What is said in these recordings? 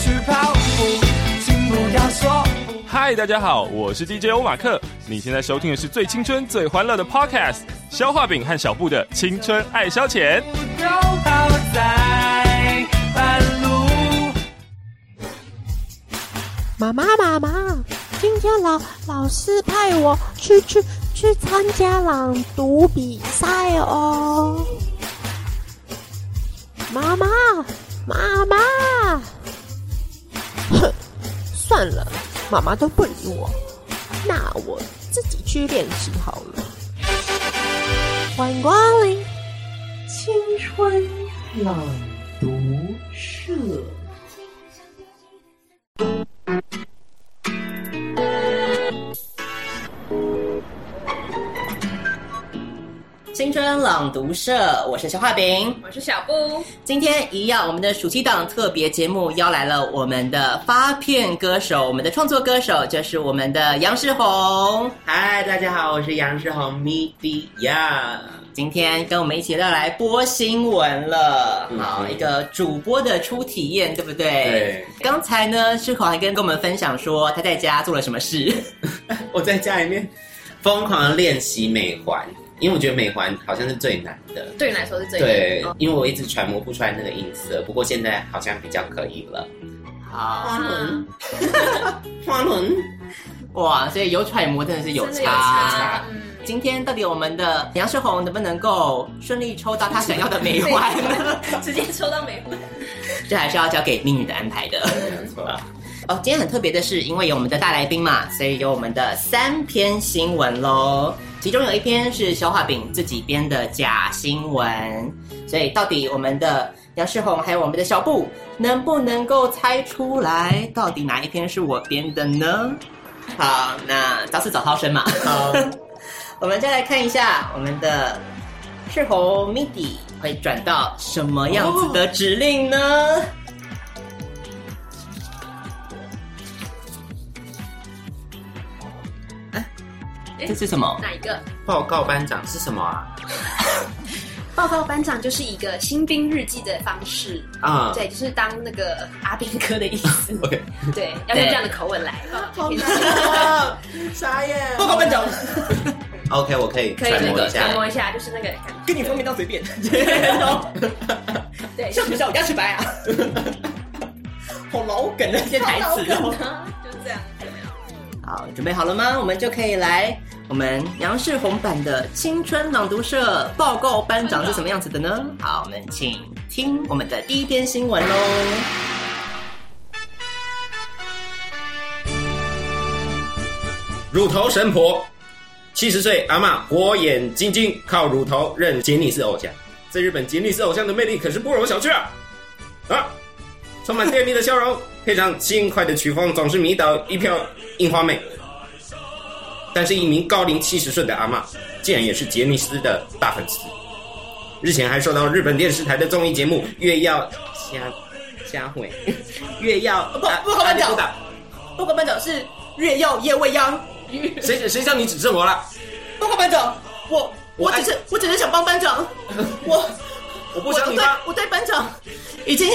去跑步，请不要说。 嗨，大家好，我是 DJ 欧马克。你现在收听的是最青春、最欢乐的 Podcast， 消化饼和小布的青春爱消遣。 不要跑在半路。 妈妈，今天老师派我去参加朗读比赛哦。妈妈，哼，算了，妈妈都不理我，那我自己去练习好了。欢迎光临青春朗读社。 青春朗读社，我是小画饼， 我是小布。 今天一样，我们的暑期档特别节目邀来了我们的发片歌手，我们的创作歌手，就是我们的杨世宏。 嗨，大家好，我是杨世宏 ，Media。 今天跟我们一起要来播新闻了，好，一个主播的初体验，对不对？ 对。 刚才呢，世宏还跟我们分享说他在家做了什么事。 我在家里面疯狂的练习美环。因为我觉得美环好像是最难的， 对你来说是最难的。 对，因为我一直揣摩不出来那个音色，不过现在好像比较可以了。 好， 花轮， 哇，所以有揣摩真的是有差。今天到底我们的杨世宏能不能够顺利抽到他想要的美环呢？ 直接抽到美环， 这还是要交给命运的安排的。 没错。 哦，今天很特别的是，因为有我们的大来宾嘛，所以有我们的3篇新闻咯。其中有一篇是小画饼自己编的假新闻，所以到底我们的杨世宏还有我们的小布能不能够猜出来，到底哪一篇是我编的呢？好，那早死早超生嘛。好，我们再来看一下我们的世宏 MIDI 会转到什么样子的指令呢？这是什么？ 哪一个？ 报告班长是什么啊？ 报告班长就是一个新兵日记的方式啊，对，就是当那个阿兵哥的意思。 OK， 对，要用这样的口吻来。 好难，傻眼！ 报告班长。 OK， 我可以揣摩一下， 揣摩一下，就是那个感觉。 跟你方便到随便。 对， 上学校我家吃白啊。好老梗的一些台词哦。 就是这样。 好，准备好了吗？我们就可以来我们杨世宏版的青春朗读社报告班长是什么样子的呢？好，我们请听我们的第一篇新闻咯。 乳头神婆，70岁阿嬷火眼金睛，靠乳头认杰尼斯偶像。在日本，杰尼斯偶像的魅力可是不容小觑啊！充满电力的笑容，配上轻快的曲风，总是迷倒一票樱花妹。但是一名高龄70岁的阿嬷，竟然也是杰尼斯的大粉丝。日前还受到日本电视台的综艺节目《月曜佳慧》月曜报告班长，报告班长是月曜夜未央。 谁叫你指正我了？ 报告班长，我只是想帮班长，我不想你帮， 我对班长已经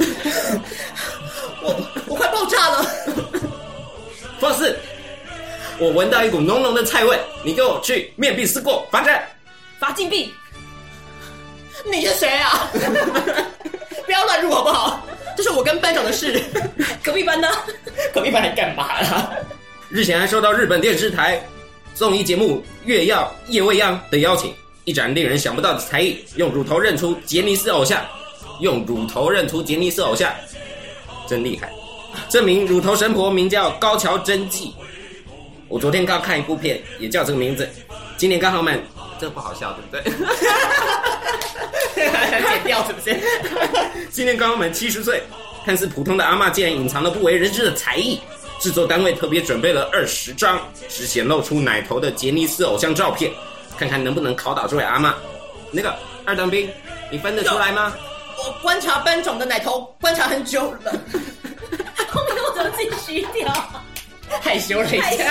我快爆炸了。 放肆！我闻到一股浓浓的菜味，你给我去面壁思过，罚站， 罚禁闭。 你是谁啊？不要乱入好不好？这是我跟班长的事。 隔壁班呢？ 隔壁班来干嘛啦？ 日前还受到日本电视台综艺节目《月曜夜未央》的邀请，一展令人想不到的才艺，用乳头认出杰尼斯偶像，真厉害！这名乳头神婆名叫高桥真纪。我昨天刚看一部片，也叫这个名字。今年刚好满，这不好笑对不对？ 剪掉是不是？ 今年刚好满70岁，看似普通的阿嬷竟然隐藏了不为人知的才艺。制作单位特别准备了20张只显露出奶头的杰尼斯偶像照片，看看能不能考倒这位阿嬷。那个二等兵，你分得出来吗？ 我观察班长的奶头观察很久了。 后面我怎么自己虚掉？ 害羞了一下。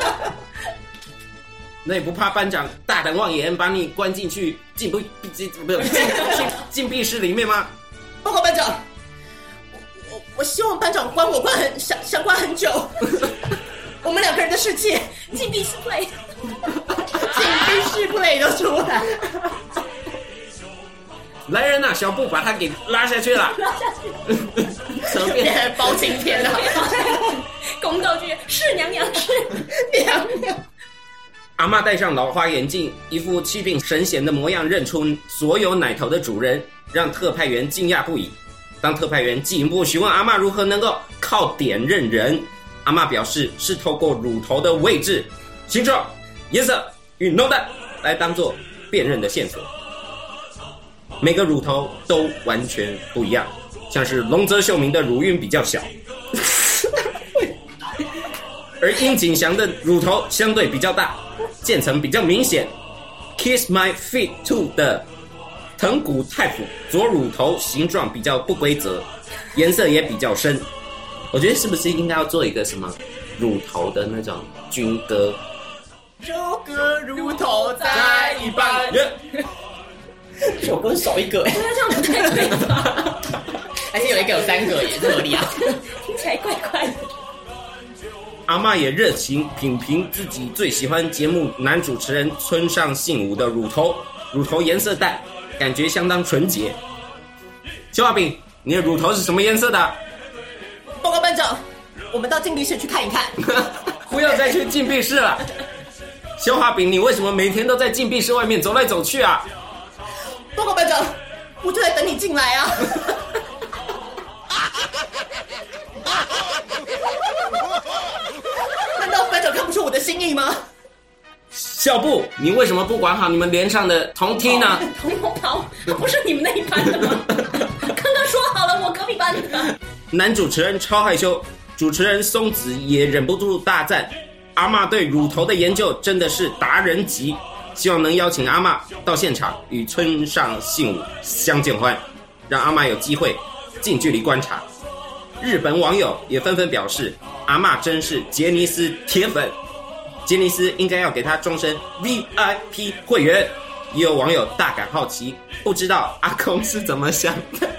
那也不怕班长大胆妄言，把你关进去禁闭室里面吗？ 报告班长， 我希望班长关我想关很久。我们2个人的世界禁闭式 play， 禁闭式 play 都出来。 来人呐、小布把他给拉下去了。 怎么变成包青天了？ 公道剧是娘娘是娘娘。 阿嬷戴上老花眼镜，一副气定神闲的模样，认出所有奶头的主人，让特派员惊讶不已。当特派员进一步询问阿嬷如何能够靠点认人，阿嬷表示是透过乳头的位置、形状、颜色与浓淡来当做辨认的线索。每个乳头都完全不一样，像是龙泽秀明的乳晕比较小，而樱井翔的乳头相对比较大，渐层比较明显。Kiss My Feet 2的藤谷太辅左乳头形状比较不规则，颜色也比较深。我觉得是不是应该要做一个什么乳头的那种军歌？ 这个乳头在一半。这首歌少一个哎， 对啊，这样不太对吧？ 还是有一个有3个也是合理啊， 听起来怪怪的。 阿嬷也热情品评自己最喜欢节目男主持人村上信五的乳头，乳头颜色淡，感觉相当纯洁。小画饼，你的乳头是什么颜色的？ 报告班长，我们到禁闭室去看一看。 不要再去禁闭室了。小画饼，你为什么每天都在禁闭室外面走来走去啊？ 报告班长，我就在等你进来啊。难道班长看不出我的心意吗？ 小布，你为什么不管好你们连上的同梯呢？ 同袍，不是你们那一班的吗？刚刚说好了，我隔壁班的。 男主持人超害羞，主持人松子也忍不住大赞，阿嬷对乳头的研究真的是达人级，希望能邀请阿嬷到现场与村上信五相见欢，让阿嬷有机会近距离观察。日本网友也纷纷表示，阿嬷真是杰尼斯铁粉，杰尼斯应该要给她终身 VIP 会员。也有网友大感好奇，不知道阿公是怎么想的。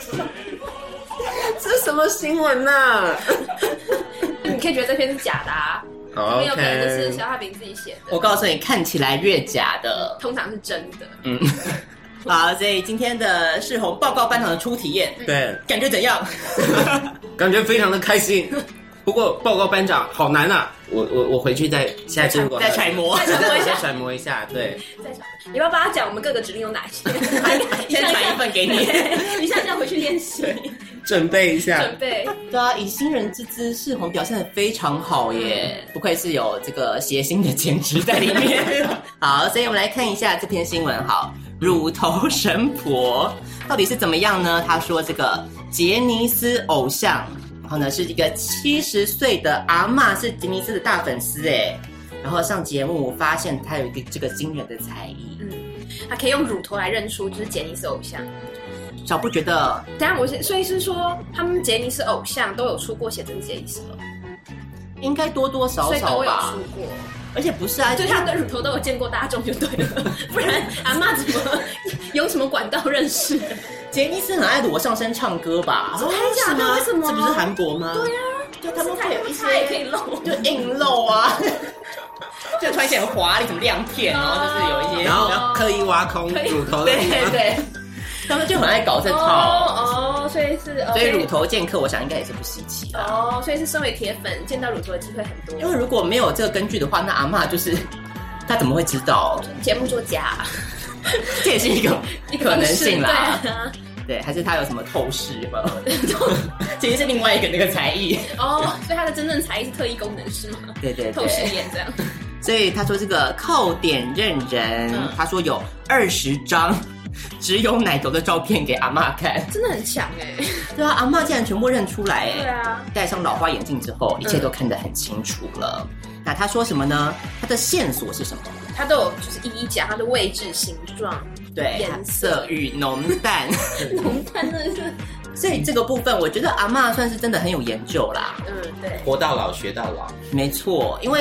这是什么新闻啊？ 你可以觉得这篇是假的啊，没有可能就是小画饼自己写的。 我告诉你，看起来越假的， 通常是真的。 好，所以今天的世宏报告班长的初体验， 对， 感觉怎样？ 感觉非常的开心。不过报告班长好难啊，我回去再下次如果再揣摩， 再揣摩一下，对。 你要帮他讲我们各个指令有哪些？ 先传一份给你， 一下这样回去练习， 准备一下。 准备。 对啊，以新人之姿，世宏表现得非常好耶，不愧是有这个谐星的兼职在里面。好，所以我们来看一下这篇新闻。好，乳头神婆到底是怎么样呢？他说这个杰尼斯偶像，然后呢是一个70岁的阿嬷，是杰尼斯的大粉丝哎。然后上节目发现他有一个这个惊人的才艺， 他可以用乳头来认出就是杰尼斯偶像。 小布觉得， 等一下所以是说他们杰尼斯偶像都有出过写真杰尼斯了， 应该多多少所以都有少吧， 出过。 而且不是啊， 就他的乳头都有见过大众就对了，不然阿嬷怎么有什么管道认识的？ 杰尼斯很爱裸上身唱歌吧？ 真的假的？为什么？ 这不是韩国吗？ 对啊， 就他们会有一些他也可以露， 就硬露啊，就穿起来很华丽，什么亮片，然后就是有一些， 然后刻意挖空乳头的地方。 对，他们就很爱搞这套。 哦，所以是， 所以乳头剑客，我想应该也是不稀奇的。 哦，所以是身为铁粉，见到乳头的机会很多。 因为如果没有这个根据的话，那阿嬷就是他怎么会知道？ 节目作假， 这也是一个可能性啦。 对， 还是他有什么透视吗？其实是另外一个那个才艺。 哦，所以他的真正才艺是特异功能是吗？ 对， 透视眼这样。 所以他说这个靠点认人，他说有20张只有奶头的照片给阿嬷看， 真的很强哎。 对啊，阿嬷竟然全部认出来哎。 对啊， 戴上老花眼镜之后，一切都看得很清楚了。那他说什么呢？他的线索是什么？ 他都有就是一一讲他的位置、形状、 对颜色与浓淡。 浓淡真的是。 所以这个部分，我觉得阿嬷算是真的很有研究啦。 对， 活到老学到老， 没错。因为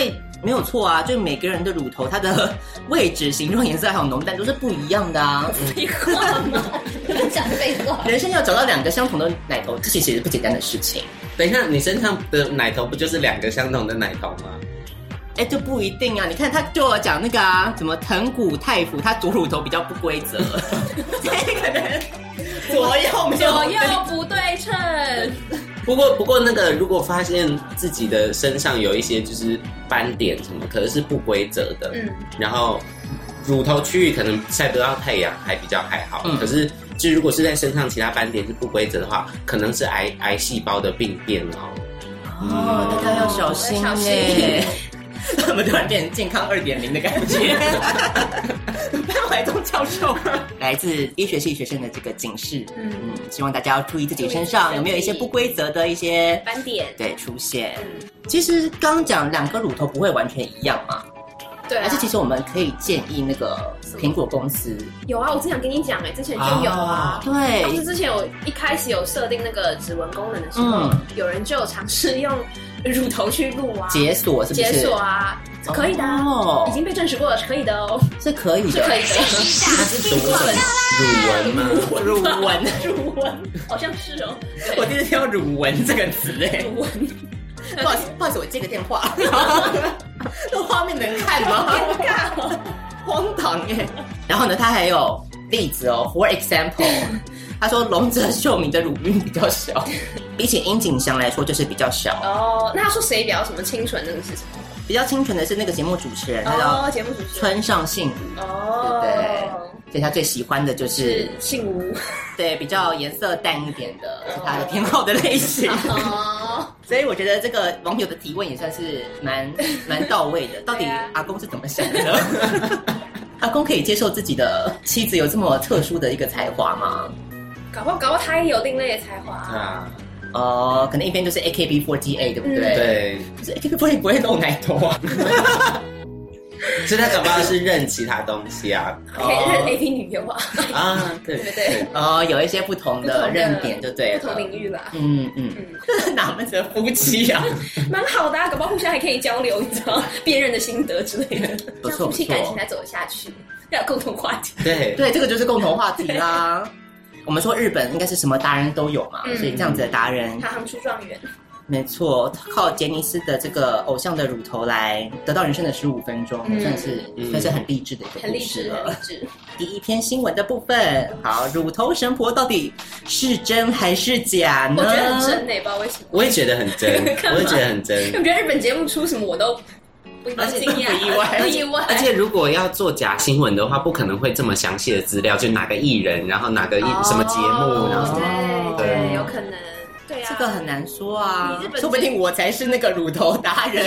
没有错啊，就每个人的乳头它的位置、形状、颜色还有浓淡都是不一样的啊。 废话吗？讲废话。 人生要找到2个相同的奶头，这其实也是不简单的事情。 等一下，你身上的奶头不就是2个相同的奶头吗？ 哎，就不一定啊！你看他就有讲那个啊，什么藤谷太辅，他左乳头比较不规则，可能左右不对称。 不过那个，如果发现自己的身上有一些就是斑点什么，可是不规则的，然后乳头区域可能晒不到太阳，还比较还好，可是就如果是在身上其他斑点是不规则的话，可能是癌细胞的病变哦，大家要小心耶。他们突然变成健康2.0的感觉。潘怀宗教授来自医学系学生的这个警示，希望大家要注意自己身上有没有一些不规则的一些斑点对出现。其实刚刚讲2个乳头不会完全一样嘛， 对、 还是其实我们可以建议那个苹果公司有啊，我之前跟你讲之前就有啊， 对， 当时之前一开始有设定那个指纹功能的时候，有人就有尝试用乳头去录啊， 解锁是不是？ 解锁啊，可以的哦，已经被证实过了，是可以的哦， 是可以的， 是可以的。 它是读什么乳纹吗？ 乳纹，好像是哦。 我第一次听到乳纹这个词哎， 乳纹。 不好意思，我接个电话。这画面能看吗？ 尴尬哦， 荒唐耶。然后呢，他还有例子哦 ，for example。他说龙泽秀明的乳晕比较小，比起樱井翔来说就是比较小。 哦，那他说谁比较什么清纯？那个是什么？ 比较清纯的是那个节目主持人，他叫节目主持人村上信吾。 哦， 对不对？所以他最喜欢的就是信吾， 对，比较颜色淡一点的，是他的偏好的类型。哦，所以我觉得这个网友的提问也算是蛮到位的。到底阿公是怎么想的？阿公可以接受自己的妻子有这么特殊的一个才华吗？ 搞不好他也有另类的才华啊。 可能一边就是 AKB48，对不对？ 对。 可是 AKB48不会露奶头啊。 所以他搞不好是认其他东西啊， 可以认 AV 女优啊。 啊，对对对。 有一些不同的认点就对了， 不同领域啦。 哪门子的夫妻啊？ 蛮好的啊，搞不好互相还可以交流，你知道辨认的心得之类的， 不错不错， 夫妻感情才走得下去，要有共同话题。 对， 这个就是共同话题啦。我们说日本应该是什么达人都有嘛，所以这样子的达人， 他行出状元。 没错，靠杰尼斯的这个偶像的乳头来得到人生的15分钟，算是很励志的一个故事了。 很励志。 第一篇新闻的部分，好，乳头神婆到底是真还是假呢？ 我觉得很真不知道为什么。 我也觉得很真，我也觉得很真。 我觉得日本节目出什么我都不惊讶，不意外。 而且如果要做假新闻的话，不可能会这么详细的资料，就哪个艺人，然后哪个什么节目，然后对，有可能。对啊， 这个很难说啊，说不定我才是那个乳头达人。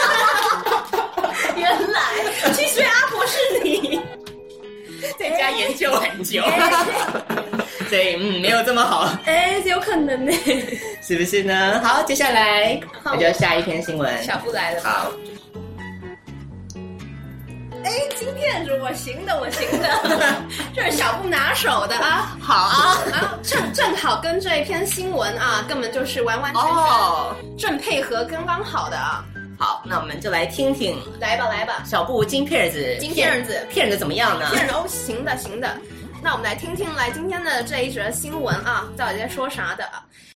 原来其实阿婆是你， 在家研究很久，所以没有这么好。 有可能呢， 是不是呢？好，接下来那就下一篇新闻。 小布来了， 好。 今天是我行的，这是小布拿手的啊，好啊，正好跟这一篇新闻啊，根本就是完完全全正配合，刚刚好的啊。 好，那我们就来听听， 来吧， 小布金片子骗的怎么样呢？ 骗人行的。那我们来听听今天的这一则新闻啊，到底在说啥的啊？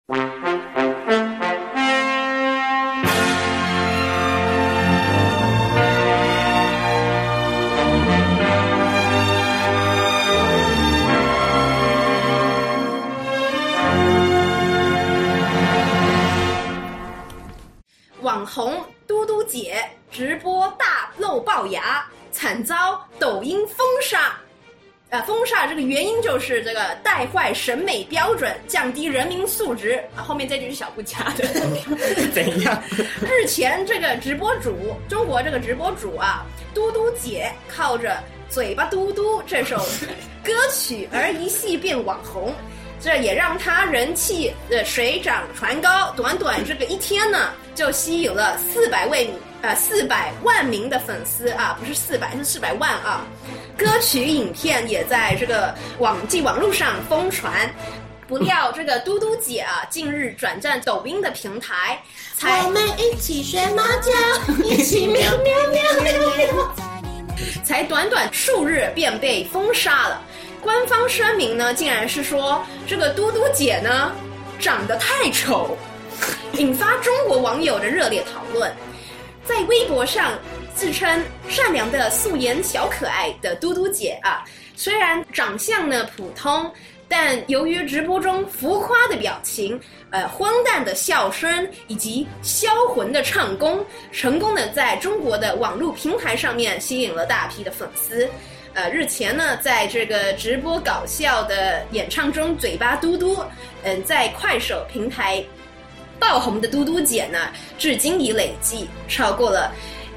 网红嘟嘟姐直播大露龅牙，惨遭抖音封杀。封杀这个原因就是这个带坏审美标准，降低人民素质啊。后面这句是小布加的。 怎样？ 日前这个直播主，中国这个直播主啊，嘟嘟姐靠着嘴巴嘟嘟这首歌曲而一系变网红。这也让他人气水涨船高，短这个一天呢，就吸引了400万名的粉丝啊，不是400，是400万啊。歌曲影片也在这个网络上疯传， 不料这个嘟嘟姐啊，近日转战抖音的平台，才我们一起学猫叫，一起喵喵喵喵喵。 才短短数日便被封杀了。官方声明呢，竟然是说这个嘟嘟姐呢长得太丑，引发中国网友的热烈讨论。在微博上自称善良的素颜小可爱的嘟嘟姐啊，虽然长相呢普通，但由于直播中浮夸的表情、荒诞的笑声以及销魂的唱功，成功的在中国的网络平台上面吸引了大批的粉丝。日前呢，在这个直播搞笑的演唱中，嘴巴嘟嘟，在快手平台爆红的嘟嘟姐呢，至今已累计超过了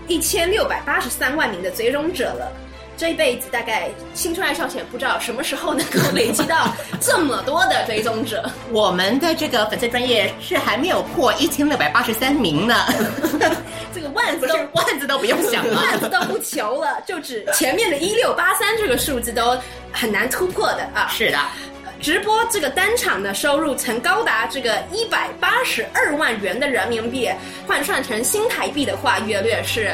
1683万名的追踪者了。这一辈子大概青春爱消遣不知道什么时候能够累积到这么多的追踪者。 我们的这个粉丝专业是还没有破1683名呢， 这个万字都不用想了， 万字都不求了，就指前面的1683这个数字都很难突破的啊。 是的。 直播这个单场的收入曾高达这个182万元的人民币，换算成新台币的话，约略是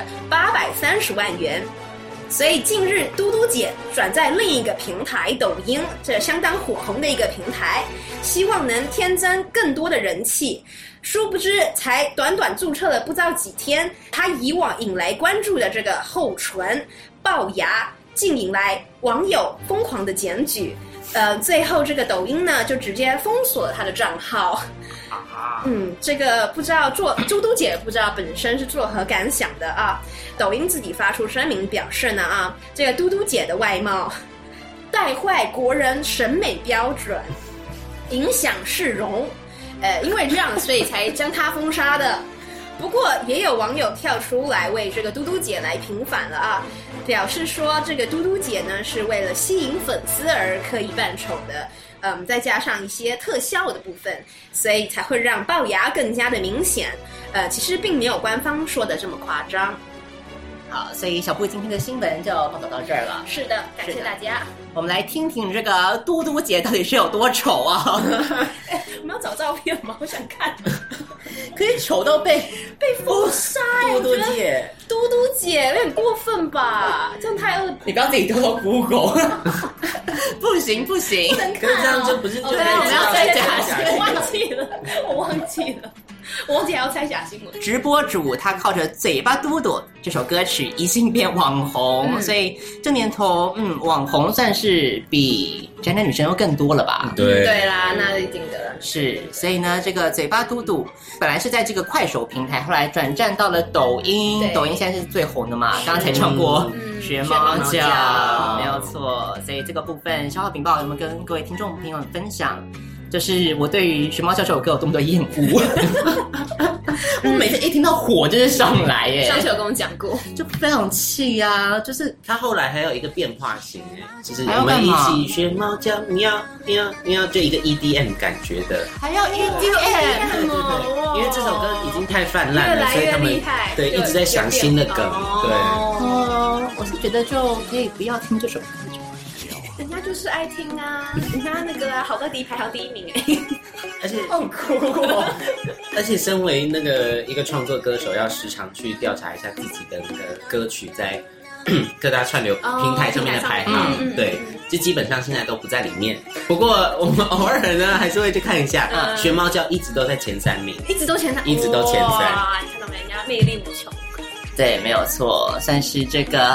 830万元。所以近日嘟嘟姐转在另一个平台抖音，这相当火红的一个平台，希望能添增更多的人气。殊不知才短短注册了不知道几天，她以往引来关注的这个厚唇、龅牙，竟引来网友疯狂的检举。最后这个抖音呢就直接封锁了他的账号。这个不知道嘟嘟姐不知道本身是作何感想的啊？抖音自己发出声明表示呢这个嘟嘟姐的外貌带坏国人审美标准，影响市容，因为这样所以才将她封杀的。不过也有网友跳出来为这个嘟嘟姐来平反了啊，表示说这个嘟嘟姐呢是为了吸引粉丝而刻意扮丑的，再加上一些特效的部分，所以才会让龅牙更加的明显。其实并没有官方说的这么夸张。 好，所以小布今天的新闻就报道到这儿了。 是的，感谢大家。 我们来听听这个嘟嘟姐到底是有多丑啊！ 我们要找照片吗？我想看。 可以丑到被封杀嘟嘟姐， 嘟嘟姐有点过分吧？这样太恶。 你不要自己偷偷 Google。不行， 不能看可是这样就不是就对，我们要猜假新闻，我忘记还要猜假新闻。 直播主他靠着嘴巴嘟嘟这首歌曲一性变网红，所以这年头网红算是比宅男女生又更多了吧？ 对啦，那一定的。 是，所以呢，这个嘴巴嘟嘟本来是在这个快手平台，后来转战到了抖音，抖音现在是最红的嘛，刚刚才唱过学猫叫，没有错。所以这个部分消化禀报有没有跟各位听众朋友们分享？就是我对于学猫叫这首歌有多么的厌恶。我每次一听到火就是上来耶， 上次有跟我讲过， 就非常气啊！就是他后来还有一个变化型就是我们一起学猫叫喵喵喵，就一个 EDM 感觉的， 还要 EDM， 对，因为这首歌已经太泛滥了，所以他们对一直在想新的梗，对。 我是觉得就可以不要听这首歌。 人家就是爱听啊，人家那个好歌第一排还有第一名而且好酷哦！而且身为那个一个创作歌手，要时常去调查一下自己的那个歌曲在各大串流平台上面的排行，对，就基本上现在都不在里面。不过我们偶尔呢，还是会去看一下，学猫叫一直都在前3名， 一直都前3， 一直都前3。 哇，你看到没？人家魅力无穷。 对，没有错，算是这个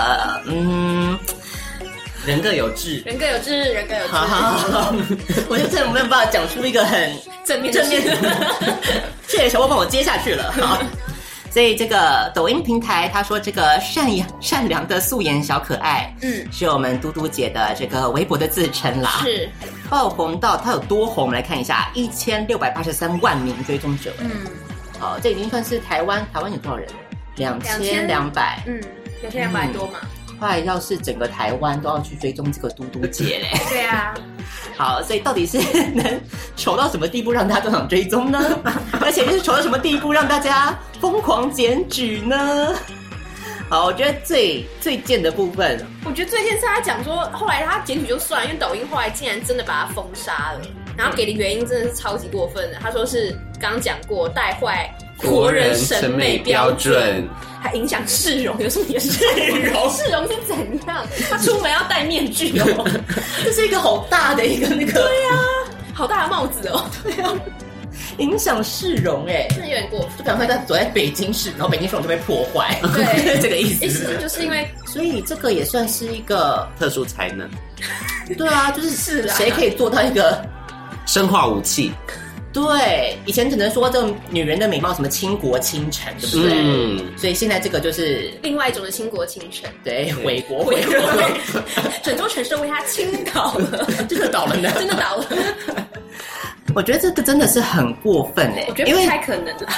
人各有志， 人各有志，人各有志。 好，我就真的没有办法讲出一个很正面。 谢谢小波帮我接下去了。好，所以这个抖音平台他说这个善良的素颜小可爱，是我们嘟嘟姐的这个微博的自称啦。是爆红到他有多红？我们来看一下，1683万名追踪者。好，这已经算是台湾有多少人？2200。 2200多嘛。 快要是整个台湾都要去追踪这个嘟嘟姐嘞。 对啊。 好，所以到底是能丑到什么地步让大家都想追踪呢？而且是丑到什么地步让大家疯狂检举呢？好，我觉得最贱的部分， 我觉得最贱是他讲说，后来他检举就算了，因为抖音后来竟然真的把他封杀了。 然后给的原因真的是超级过分的。他说是刚刚讲过带坏国人审美标准，还影响市容，有什么严重？市容是怎样？他出门要戴面具哦， 这是一个好大的一个那个， 对啊，好大的帽子哦， 对啊，影响市容哎， 真的有点过分。 就赶快他走在北京市，然后北京市容就被破坏， 对， 这个意思。 意思就是因为， 所以这个也算是一个特殊才能， 对啊，就是是啊谁可以做到一个生化武器。 对，以前只能说这种女人的美貌什么倾国倾城，对不对？ 嗯， 所以现在这个就是另外一种的倾国倾城， 对毁国毁毁国， 国，整座城市都为他倾倒了， 真的倒了呢， 真的倒了。 我觉得这个真的是很过分哎， 我觉得不太可能啦。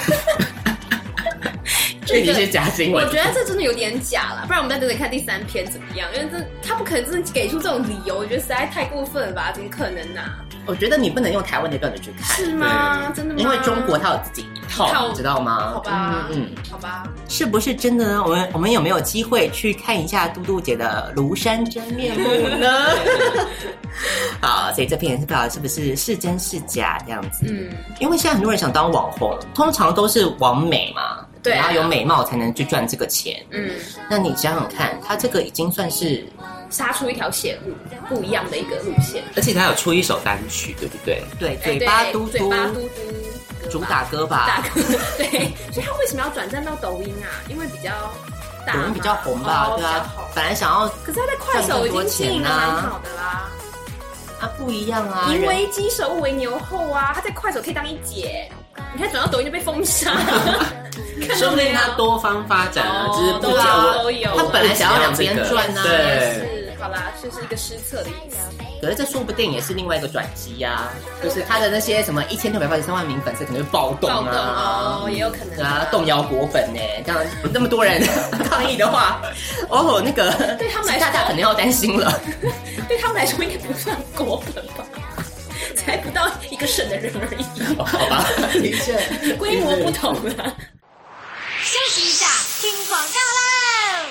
这个是假新闻， 我觉得这真的有点假了，不然我们再等等看第3篇怎么样？因为他不可能真的给出这种理由，我觉得实在太过分了吧？怎么可能啊？ 我觉得你不能用台湾的标准去看， 是吗？真的吗？ 因为中国它有自己一套，你知道吗？ 好吧， 嗯， 好吧， 是不是真的呢？我们有没有机会去看一下嘟嘟姐的庐山真面目呢？好，所以这篇也是不知道是不是是真是假这样子。嗯，因为现在很多人想当网红，通常都是网美嘛， 对啊， 然后有美貌才能去赚这个钱。 嗯， 那你想想看，他这个已经算是杀出一条血路，不一样的一个路线。 而且他有出一首单曲，对不对？ 对，嘴巴嘟嘟， 嘴巴嘟嘟， 主打歌吧？ 打歌，对。所以他为什么要转战到抖音啊？因为比较大， 抖音比较红吧？对啊，本来想要， 可是他在快手已经经营的蛮好的啦。 啊，不一样啊！ 宁为鸡首不为牛后啊！他在快手可以当一姐，你看转到抖音就被封杀。 说不定他多方发展啊，只是不都有。 他本来想要两边赚啊， 对，好啦，就是一个失策的意思。 可是这说不定也是另外一个转机啊，就是他的那些什么1683万名粉丝可能会暴动啊， 也有可能啊，动摇国本呢。这样有那么多人抗议的话，哦，那个对他们来说， 大家可能要担心了。 对他们来说应该不算国本吧？才不到一个省的人而已， 好吧？的确， 规模不同了。 休息一下，听广告喽。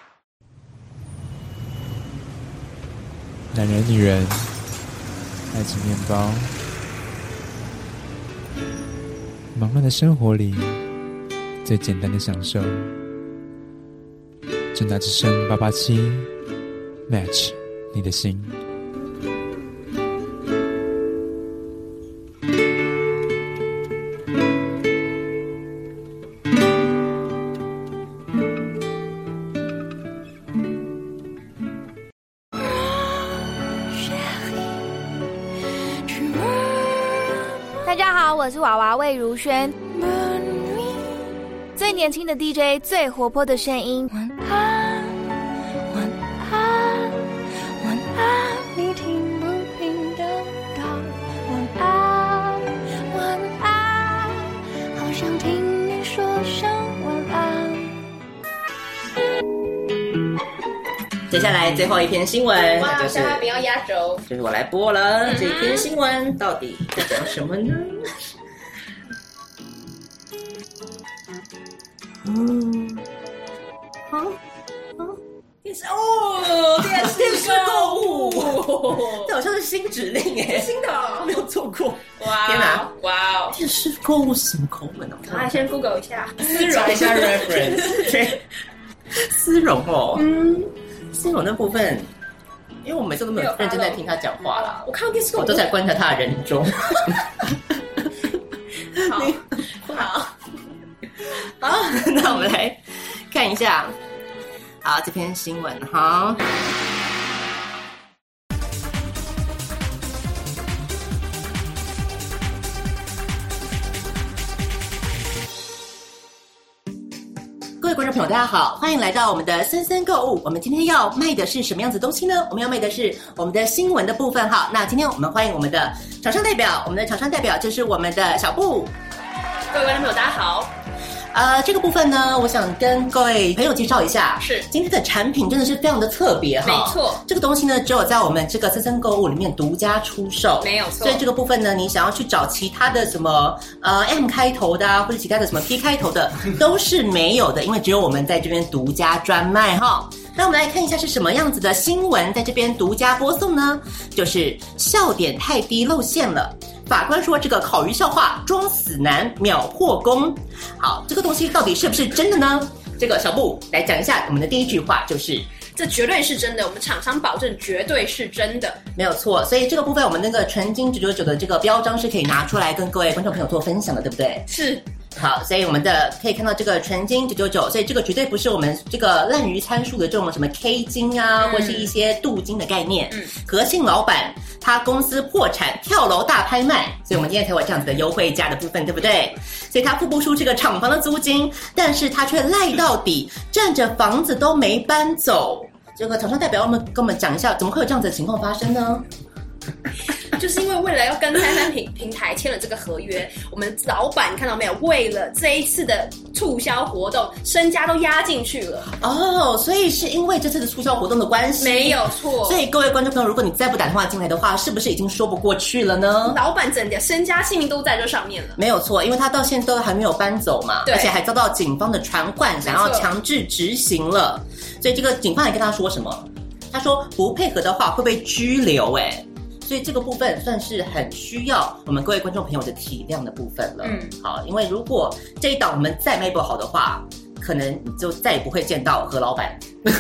男人女人，爱情面包。忙乱的生活里，最简单的享受。正大之声887 Match 你的心。 大家好，我是娃娃魏如萱，最年轻的 DJ， 最活泼的声音。晚安，晚安，晚安，你听不听得到？晚安，晚安，好想听你说声晚安。 接下来最后一篇新闻， 哇， 那就是不要压轴， 就是我来播了。这篇新闻到底在讲什么呢？电视哦，电视购物，这好像是新指令耶， 新的哦没有做过。 哇， 天哪， 哇哦！ 电视购物是什么口吻哦？ 来先 Google 一下， 找一下 reference。对，丝绒哦，丝绒那部分，因为我每次都没有认真在听他讲话啦， 我看到电视购物， 我都在观察他的人中。好，那我们来看一下，好，这篇新闻哈。各位观众朋友，大家好，欢迎来到我们的森森购物。我们今天要卖的是什么样子的东西呢？我们要卖的是我们的新闻的部分哈。那今天我们欢迎我们的厂商代表，我们的厂商代表就是我们的小布。 各位观众朋友，大家好。 这个部分呢，我想跟各位朋友介绍一下， 是今天的产品真的是非常的特别哈。 没错， 这个东西呢，只有在我们这个森森购物里面独家出售， 没有错。 所以这个部分呢，你想要去找其他的什么M 开头的啊，或者其他的什么 P 开头的，都是没有的，因为只有我们在这边独家专卖哈。 让我们来看一下是什么样子的新闻在这边独家播送呢？就是笑点太低露馅了。法官说这个烤鱼笑话装死难秒破功。好，这个东西到底是不是真的呢？这个小布来讲一下，我们的第一句话就是这绝对是真的，我们厂商保证绝对是真的， 没有错。所以这个部分我们那个纯金999的这个标章是可以拿出来跟各位观众朋友做分享的，对不对？ 是。 好，所以我们的可以看到这个纯金999，所以这个绝对不是我们这个滥竽参数的这种什么 K 金啊，或是一些镀金的概念。何姓老板他公司破产跳楼大拍卖，所以我们今天才有这样子的优惠价的部分，对不对？所以他付不出这个厂房的租金，但是他却赖到底，占着房子都没搬走。这个厂商代表跟我们讲一下，怎么会有这样子的情况发生呢？ 就是因为为了要跟33平台签了这个合约，我们老板看到没有？为了这一次的促销活动，身家都压进去了。 哦，所以是因为这次的促销活动的关系， 没有错。 所以各位观众朋友，如果你再不打电话进来的话，是不是已经说不过去了呢？ 老板整的身家性命都在这上面了。 没有错，因为他到现在都还没有搬走嘛，而且还遭到警方的传唤，想要强制执行了。所以这个警方也跟他说什么？他说不配合的话会被拘留。所以这个部分算是很需要我们各位观众朋友的体谅的部分了。好，因为如果这一档我们再卖不好的话，可能你就再也不会见到何老板。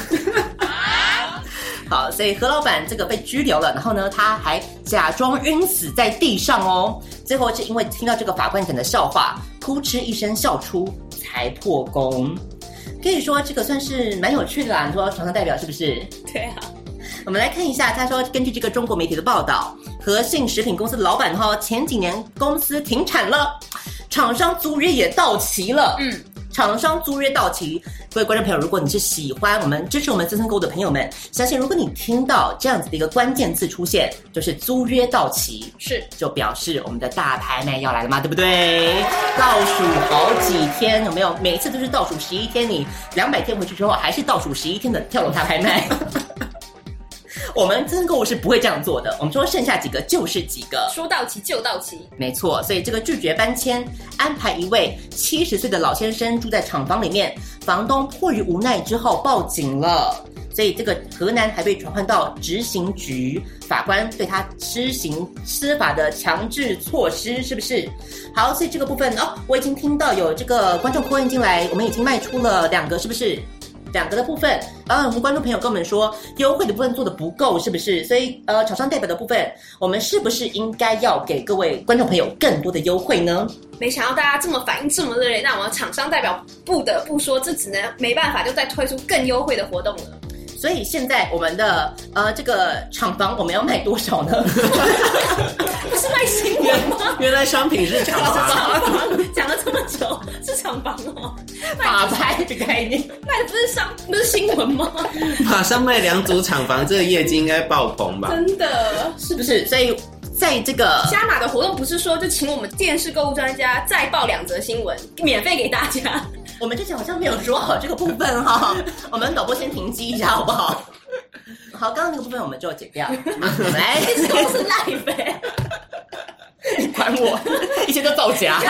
好，所以何老板这个被拘留了，然后呢，他还假装晕死在地上哦。最后是因为听到这个法官讲的笑话，扑哧一声笑出，才破功。可以说这个算是蛮有趣的啦。你说厂商代表是不是？ 对啊。 我们来看一下，他说根据这个中国媒体的报道，和信食品公司的老板前几年公司停产了，厂商租约也到期了。厂商租约到期，各位观众朋友，如果你是喜欢我们支持我们资深购物的朋友们，相信如果你听到这样子的一个关键字出现，就是租约到期， 是就表示我们的大拍卖要来了嘛，对不对？倒数好几天，有没有？每次都是倒数11天，你200天回去之后，还是倒数11天的跳楼大拍卖。我们资深购物是不会这样做的，我们说剩下几个就是几个， 说到期就到期， 没错。所以这个拒绝搬迁，安排一位70岁的老先生住在厂房里面，房东迫于无奈之后报警了，所以这个河南还被传唤到执行局，法官对他施行司法的强制措施，是不是？好，所以这个部分我已经听到有这个观众 call in 进来，我们已经卖出了2个，是不是？2个的部分，我们观众朋友跟我们说，优惠的部分做的不够，是不是？所以厂商代表的部分，我们是不是应该要给各位观众朋友更多的优惠呢？ 没想到大家这么反应这么热烈，那我们厂商代表不得不说，这只能没办法，就再推出更优惠的活动了。 所以现在我们的这个厂房我们要卖多少呢？ 不是卖新闻吗？ 原来商品是厂房， 讲了这么久是厂房哦， 法拍的概念， 卖的不是新闻吗？ 马上卖2组厂房，这个业绩应该爆棚吧？ 真的， 是不是？所以在这个加码的活动，不是说就请我们电视购物专家再报2则新闻，免费给大家。 我们之前好像没有说好这个部分我们导播先停机一下好不好？好，刚刚那个部分我们就剪掉。我们来， 这都是live 你管我，一切都造假。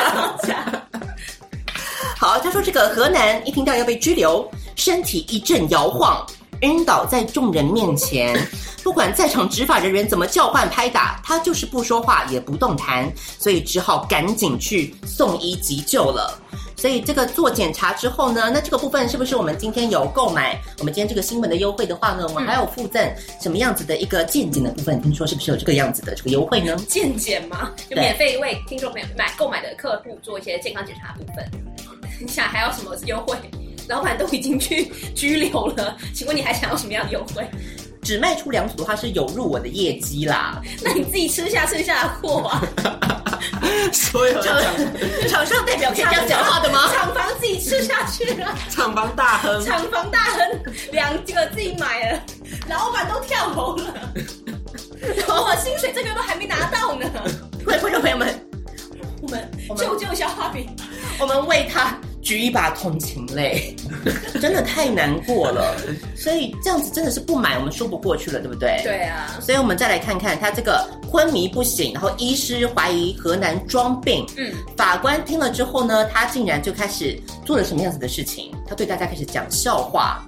好，他说这个河南一听到要被拘留，身体一阵摇晃，晕倒在众人面前。不管在场执法人员怎么叫唤拍打，他就是不说话也不动弹，所以只好赶紧去送医急救了。所以这个做检查之后呢，那这个部分是不是我们今天有购买我们今天这个新闻的优惠的话呢，我们还有附赠什么样子的一个健检的部分？听说是不是有这个样子的这个优惠呢？ 健检吗？就免费为听众朋友购买的客户做一些健康检查的部分。你想还要什么优惠？老板都已经去拘留了，请问你还想要什么样的优惠？ 只卖出2组的话是有入我的业绩啦。 那你自己吃下的货啊。 所有厂商代表可以这样讲话的吗？ 厂房自己吃下去了， 厂房大亨 2个自己买了，老板都跳楼了，我薪水这个都还没拿到呢。 各位观众朋友们， 我们救救小花饼， 我们为他举一把同情泪，真的太难过了。所以这样子真的是不买我们说不过去了，对不对？ 对啊。 所以我们再来看看他这个昏迷不醒，然后医师怀疑河南装病。法官听了之后呢，他竟然就开始做了什么样子的事情？他对大家开始讲笑话。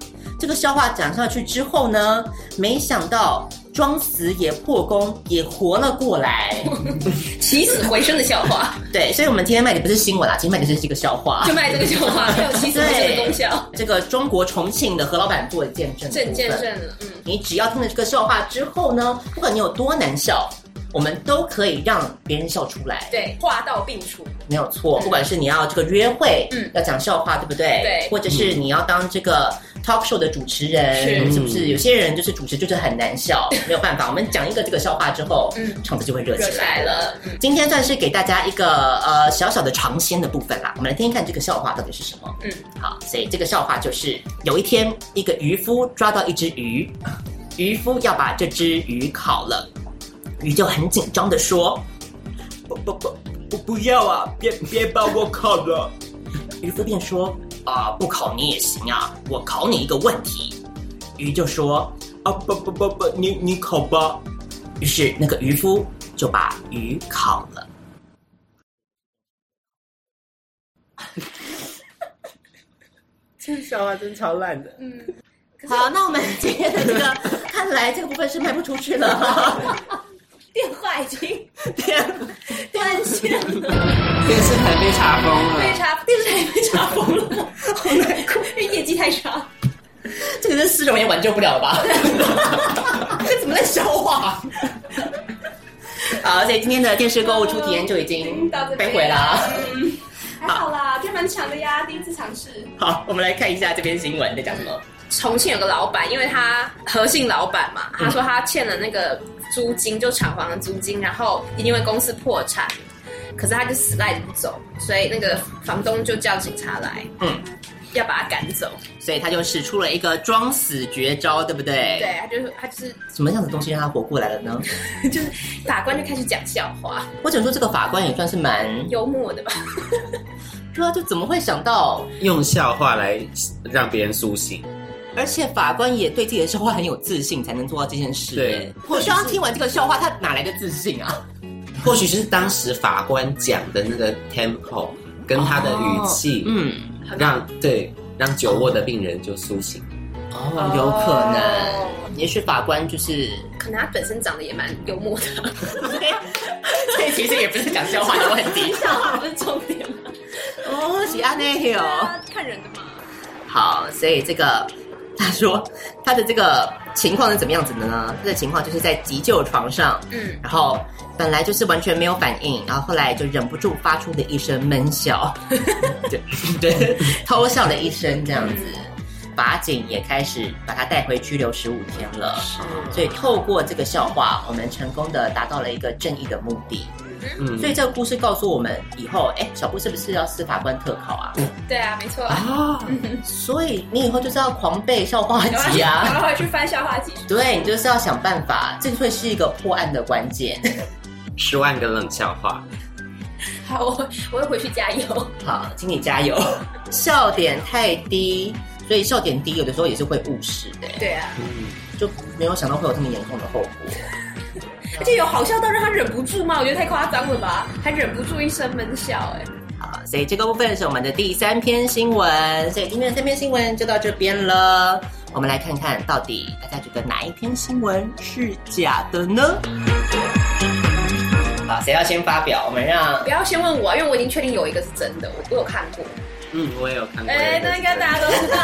这个笑话讲下去之后呢，没想到装死也破功，也活了过来， 起死回生的笑话。 对，所以我们今天卖的不是新闻啦，今天卖的是这个笑话， 就卖这个笑话，没有起死回生的功效。 这个中国重庆的何老板做的见证， 见证了。 你只要听了这个笑话之后呢，不管你有多难笑，我们都可以让别人笑出来。 对，话到病除， 没有错。不管是你要这个约会，要讲笑话，对不对？ 对。 或者是你要当这个 talk show 的主持人，是不是？有些人就是主持就是很难笑，没有办法。我们讲一个这个笑话之后，场子就会热起来了。今天算是给大家一个小小的尝鲜的部分啦。我们来听听看这个笑话到底是什么。好，所以这个笑话就是有一天，一个渔夫抓到一只鱼，渔夫要把这只鱼烤了。鱼就很紧张的说：“不要啊，别把我烤了。”渔夫便说：“不烤你也行啊，我考你一个问题。”鱼就说：“不，你烤吧。”于是那个渔夫就把鱼烤了。这笑话真超烂的。好，那我们今天的这个，看来这个部分是卖不出去了。 电话已经断线了， 电视台被查封了， 电视台被查封了，好难过，因为业绩太差。 这个是丝绒也挽救不了吧？这怎么在消化？好，所以今天的电视购物初体验就已经被毁了。 还好啦，这蛮强的呀，第一次尝试。 好，我们来看一下这篇新闻在讲什么。 重庆有个老板，因为他何姓老板嘛，他说他欠了那个租金，就厂房的租金，然后因为公司破产，可是他就死赖着不走，所以那个房东就叫警察来，要把他赶走， 所以他就使出了一个装死绝招，对不对？ 对，他就是什么样的东西让他活过来了呢？ 就是法官就开始讲笑话， 我只能说这个法官也算是蛮幽默的吧。 对啊，就怎么会想到用笑话来让别人苏醒？ 而且法官也对自己的笑话很有自信，才能做到这件事。 对， 或许他听完这个笑话，他哪来的自信啊？ 或许是当时法官讲的那个 tempo 跟他的语气，让久卧的病人就苏醒。 有可能，也许法官就是可能他本身长得也蛮幽默的， 所以其实也不是讲笑话的问题， 笑话不是重点吗？ 是安内哦， 看人的嘛。 好，所以这个。他说他的这个情况是怎么样子的呢？他的情况就是在急救床上，然后本来就是完全没有反应，然后后来就忍不住发出了一声闷笑，对，偷笑了一声这样子。法警也开始把他带回拘留15天了，所以透过这个笑话，我们成功的达到了一个正义的目的。所以这个故事告诉我们，以后小布是不是要司法官特考啊？ 对啊，没错所以你以后就是要狂背笑话集啊， 然后回去翻笑话集。 对，你就是要想办法，这会是一个破案的关键。 10万个冷笑话。 好，我会回去加油。 好，请你加油。笑点太低，所以笑点低有的时候也是会误事的。 对啊， 就没有想到会有这么严重的后果。 而且有好笑到让他忍不住吗？我觉得太夸张了吧，还忍不住一声闷笑好，所以这个部分是我们的第3篇新闻，所以今天的3篇新闻就到这边了。我们来看看到底大家觉得哪一篇新闻是假的呢？好，谁要先发表？我们让不要先问我，因为我已经确定有一个是真的，我有看过。 我也有看过。 那应该大家都知道。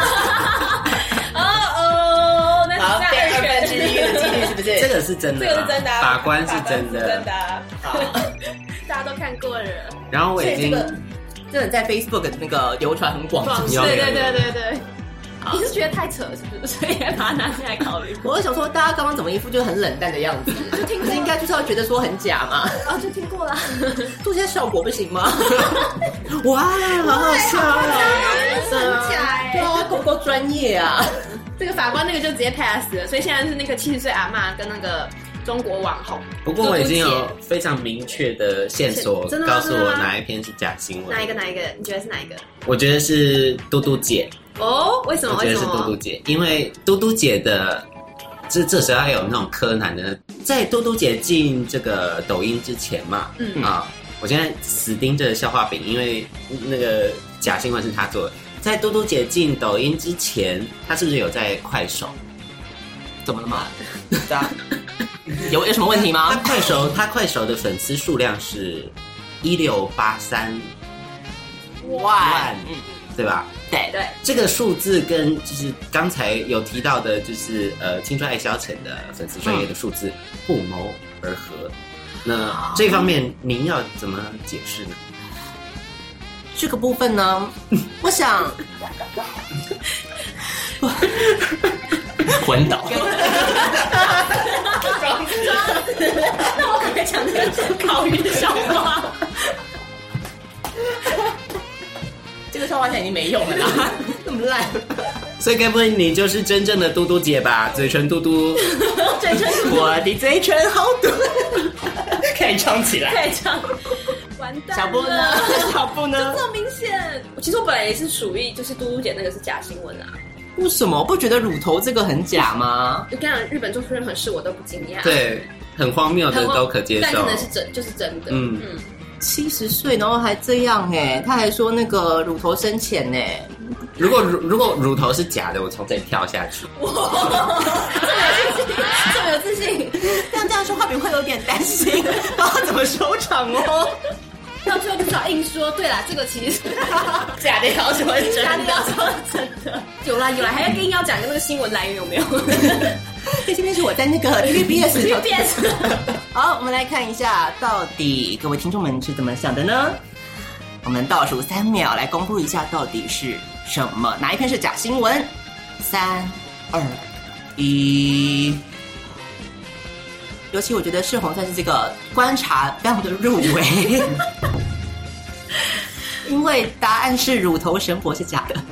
好，第2分之1的几率是不是？ 这个是真的， 这个是真的， 法官是真的， 真的。好，大家都看过了。 然后我已经真的在 Facebook 那个流传很广。 对。你是觉得太扯是不是？所以才把它拿进来考虑。 我就想说，大家刚刚怎么一副就很冷淡的样子？就听过，应该就是要觉得说很假嘛。 就听过了， 做些效果不行吗？哇，好好笑很假对啊，够不够专业啊？ 这个法官那个就直接 pass 了，所以现在是那个70岁阿嬷跟那个中国网红。 不过我已经有非常明确的线索告诉我哪一篇是假新闻。 哪一个？你觉得是哪一个？ 我觉得是嘟嘟姐。 为什么？ 我觉得是嘟嘟姐，因为嘟嘟姐的这时候要有那种柯南的，在嘟嘟姐进这个抖音之前嘛，我现在死盯着笑话饼，因为那个假新闻是他做的。 在嘟嘟姐进抖音之前，她是不是有在快手？怎么了吗？有什么问题吗？她快手的粉丝数量是1683万，对吧？对，这个数字跟就是刚才有提到的，就是青春爱消遣的粉丝专业的数字不谋而合。那这方面您要怎么解释呢？这个部分呢，我想昏倒。 那我可不可以讲个烤鱼的笑话？ 这个笑话现在已经没用了啦，那么烂。所以该不会你就是真正的嘟嘟姐吧？嘴唇嘟嘟， 嘴唇嘟嘟， 我的嘴唇好嘟，可以唱起来， 可以唱。完蛋了， 小布呢？小布呢？ 就这么明显。其实我本来也是属于就是嘟嘟姐那个是假新闻啊。 为什么不觉得乳头这个很假吗？ 我跟你讲，日本做出任何事我都不惊讶。 对，很荒谬的都可接受， 但可能是就是真的。 70岁然后还这样哎，他还说那个乳头深浅哎。如果乳头是假的，我从这里跳下去。 这么有自信， 这样说话饼会有点担心，不知道怎么收场哦。 到最后就只好硬说，对啦，这个其实是假的要说是真的， 假的要说是真的。有啦，还要硬要讲那个新闻来源有没有？ 对，今天是我在那个 TVBS。好，我们来看一下，到底各位听众们是怎么想的呢？我们倒数3秒来公布一下，到底是什么？哪一篇是假新闻？3、2、1。尤其我觉得世宏算是这个观察非常的入围，因为答案是乳头神婆是假的。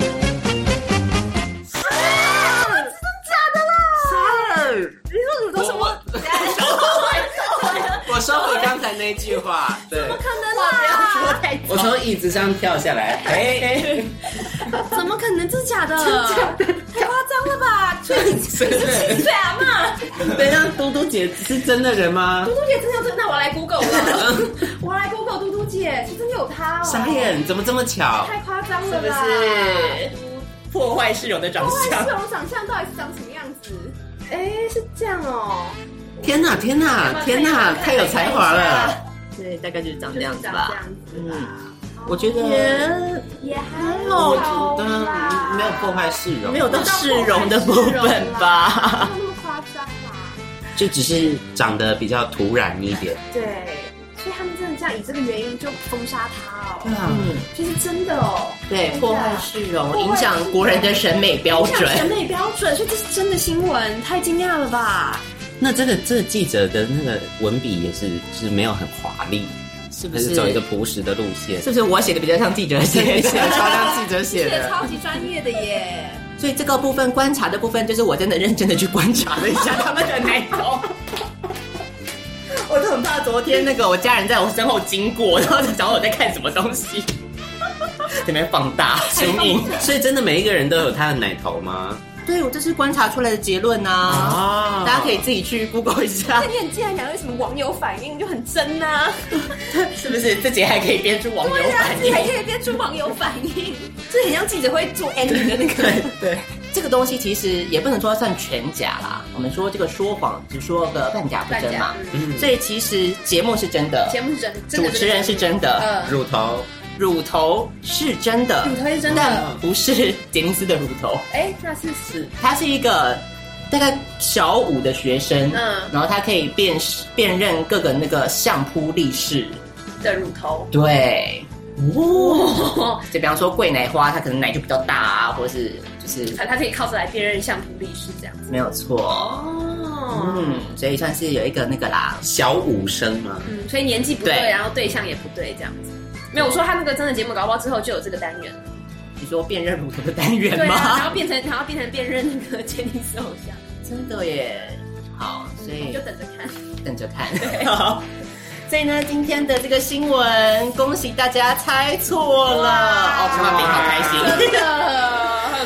我收回刚才那句话，对， 怎么可能啦？ 我从椅子上跳下来， 怎么可能？这是假的？太夸张了吧？70岁阿嬷， 对，那嘟嘟姐是真的人吗？ 嘟嘟姐真的有这？那我要来 Google 了，我要来 Google 嘟嘟姐是真的有她哦。 傻眼，怎么这么巧？ 太夸张了吧？ 是不是破坏世容的长相？ 破坏世容长相到底是长什么样子？是这样哦。 天哪，太有才华了！对，大概就是长这样子吧。我觉得也还好，没有破坏市容，没有到市容的部分吧？ 没有那么夸张啦， 就只是长得比较突然一点。 对，所以他们真的这样以这个原因就封杀他哦。 对啊， 其实真的哦。 对，破坏市容，影响国人的审美标准。 审美标准，所以这是真的新闻，太惊讶了吧？ 那这个记者的那个文笔也是没有很华丽，是不是走一个朴实的路线？是不是我写的比较像记者写的，超像记者写的， 超级专业的耶。 所以这个部分观察的部分，就是我真的认真的去观察了一下他们的奶头。我都很怕昨天那个我家人在我身后经过，然后就想我在看什么东西，这边放大 zoom in。所以真的每一个人都有他的奶头吗？对，我这是观察出来的结论啊！大家可以自己去 Google 一下。 那你很既然讲为什么网友反应就很真啊？ 是不是自己还可以编出网友反应？ 自己还可以编出网友反应，这很像记者会做 ending 的那个。 对，这个东西其实也不能说算全假啦。我们说这个说谎只说个半假不真嘛。所以其实节目是真的， 节目是真的， 主持人是真的，乳头是真的， 乳头是真的， 但不是杰尼斯的乳头。 那是他是一个大概小5的学生，然后他可以辨认各个那个相扑力士的乳头。 对，就比方说桂奶花，它可能奶就比较大啊，或者是就是他可以靠着来辨认相扑力士这样子。 没有错。所以算是有一个那个啦，小5生嘛。 所以年纪不对，然后对象也不对，这样子。没有，我说他那个真的节目搞不好之后就有这个单元了。你说辨认乳头的单元吗？对啊，然后变成辨认那个杰尼斯偶像。真的耶。好，所以就等着看。 对，好。所以呢，今天的这个新闻，恭喜大家猜错了。哦，陈华斌好开心。 真的，还有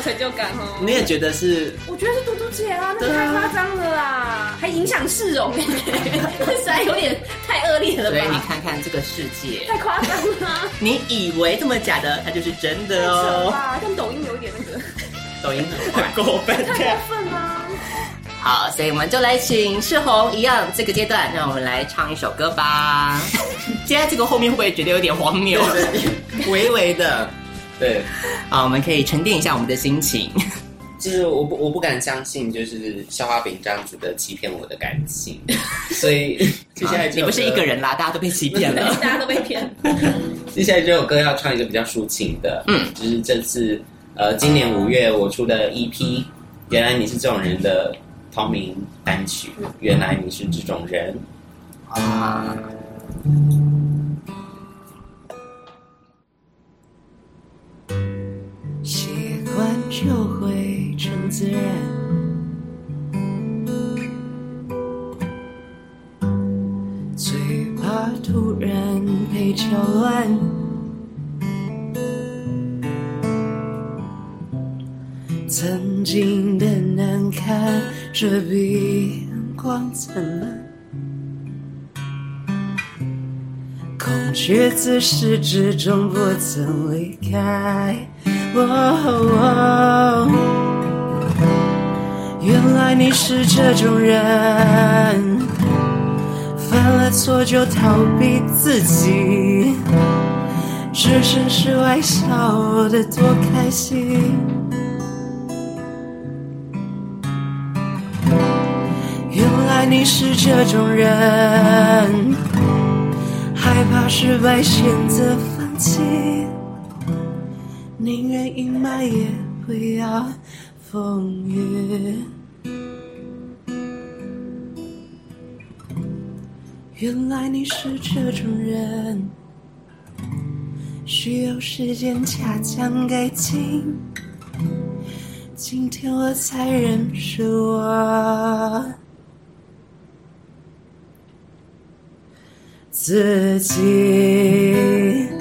成就感哦。 你也觉得是？ 我觉得是嘟嘟姐啊，那个太夸张了啦，还影响市容，实在有点太恶劣了吧？ 所以你看看这个世界， 太夸张了。 你以为这么假的，它就是真的哦。 吧，跟抖音有一点那个， 抖音很过分， 太过分啦。 好，所以我们就来请世宏一样，这个阶段让我们来唱一首歌吧。现在这个后面会不会觉得有点荒谬？微微的， 对， 好，我们可以沉淀一下我们的心情。 就是我不敢相信，就是消化饼这样子的欺骗我的感情，所以接下来你不是一个人啦，大家都被欺骗了， 大家都被骗。 接下来这首歌要唱一个比较抒情的，就是这次今年5月我出的 EP《原来你是这种人》的同名单曲，原来你是这种人啊。习惯就会成自然，最怕突然被搅乱。曾经的难堪，这比光灿烂。恐惧自始至终不曾离开。原来你是这种人，犯了错就逃避自己，置身事外笑得多开心。原来你是这种人，害怕失败选择放弃，宁愿阴霾也不要风雨。原来你是这种人，需要时间恰将改进，今天我才认识我自己。